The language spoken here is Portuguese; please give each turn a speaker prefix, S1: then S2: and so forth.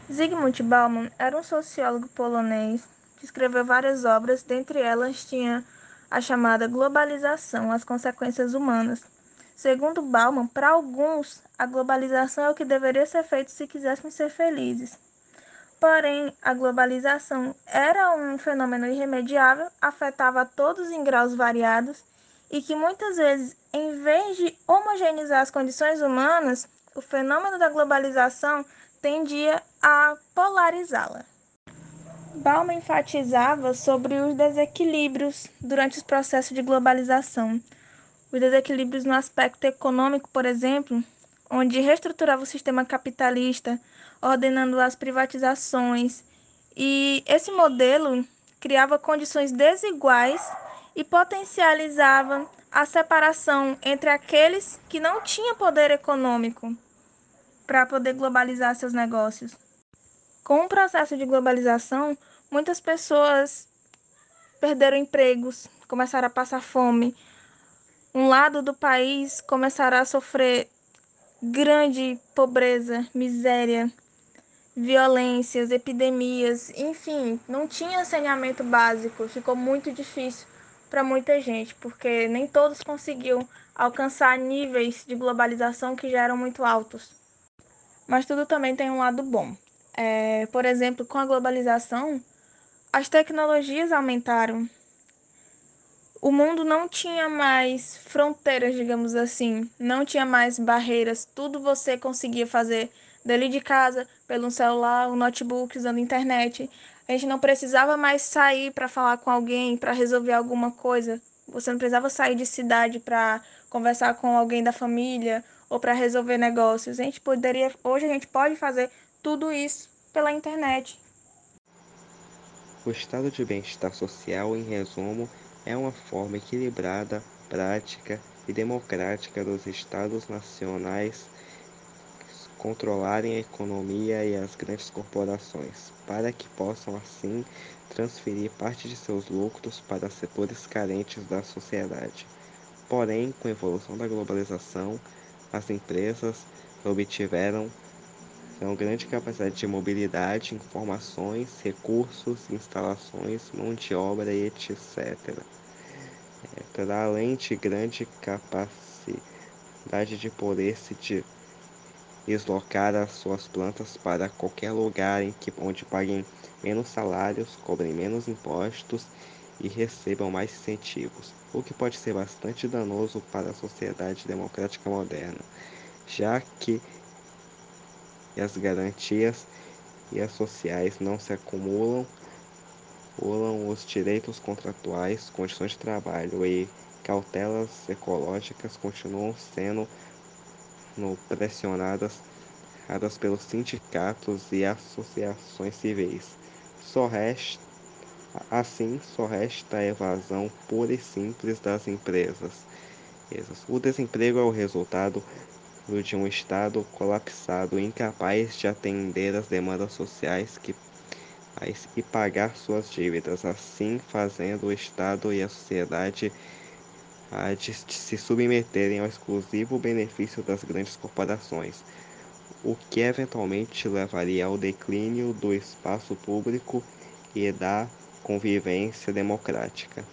S1: Zygmunt Bauman era um sociólogo polonês que escreveu várias obras, dentre elas tinha a chamada Globalização, as consequências humanas. Segundo Bauman, para alguns, a globalização é o que deveria ser feito se quiséssemos ser felizes. Porém, a globalização era um fenômeno irremediável, afetava todos em graus variados e que muitas vezes, em vez de homogeneizar as condições humanas, o fenômeno da globalização tendia a polarizá-la. Bauman enfatizava sobre os desequilíbrios durante os processos de globalização. Os desequilíbrios no aspecto econômico, por exemplo, onde reestruturava o sistema capitalista, ordenando as privatizações, e esse modelo criava condições desiguais e potencializava a separação entre aqueles que não tinham poder econômico para poder globalizar seus negócios. Com o processo de globalização, muitas pessoas perderam empregos, começaram a passar fome. Um lado do país começará a sofrer grande pobreza, miséria, violências, epidemias, enfim, não tinha saneamento básico, ficou muito difícil para muita gente, porque nem todos conseguiam alcançar níveis de globalização que já eram muito altos. Mas tudo também tem um lado bom. Por exemplo, com a globalização, as tecnologias aumentaram. O mundo não tinha mais fronteiras, digamos assim, não tinha mais barreiras, tudo você conseguia fazer dali de casa, pelo celular, um notebook, usando internet. A gente não precisava mais sair para falar com alguém, para resolver alguma coisa. Você não precisava sair de cidade para conversar com alguém da família ou para resolver negócios. Hoje a gente pode fazer tudo isso pela internet.
S2: O estado de bem-estar social, em resumo, é uma forma equilibrada, prática e democrática dos estados nacionais controlarem a economia e as grandes corporações, para que possam assim transferir parte de seus lucros para setores carentes da sociedade. Porém, com a evolução da globalização, as empresas obtiveram uma grande capacidade de mobilidade, informações, recursos, instalações, mão de obra e etc. Para além de grande capacidade de poder se deslocar as suas plantas para qualquer lugar onde paguem menos salários, cobrem menos impostos e recebam mais incentivos, o que pode ser bastante danoso para a sociedade democrática moderna, já que as garantias e as sociais não se acumulam, os direitos contratuais, condições de trabalho e cautelas ecológicas continuam sendo pressionadas pelos sindicatos e associações civis. Só resta, só resta a evasão pura e simples das empresas. O desemprego é o resultado de um Estado colapsado, incapaz de atender às demandas sociais e pagar suas dívidas, assim fazendo o Estado e a sociedade de se submeterem ao exclusivo benefício das grandes corporações, o que eventualmente levaria ao declínio do espaço público e da convivência democrática.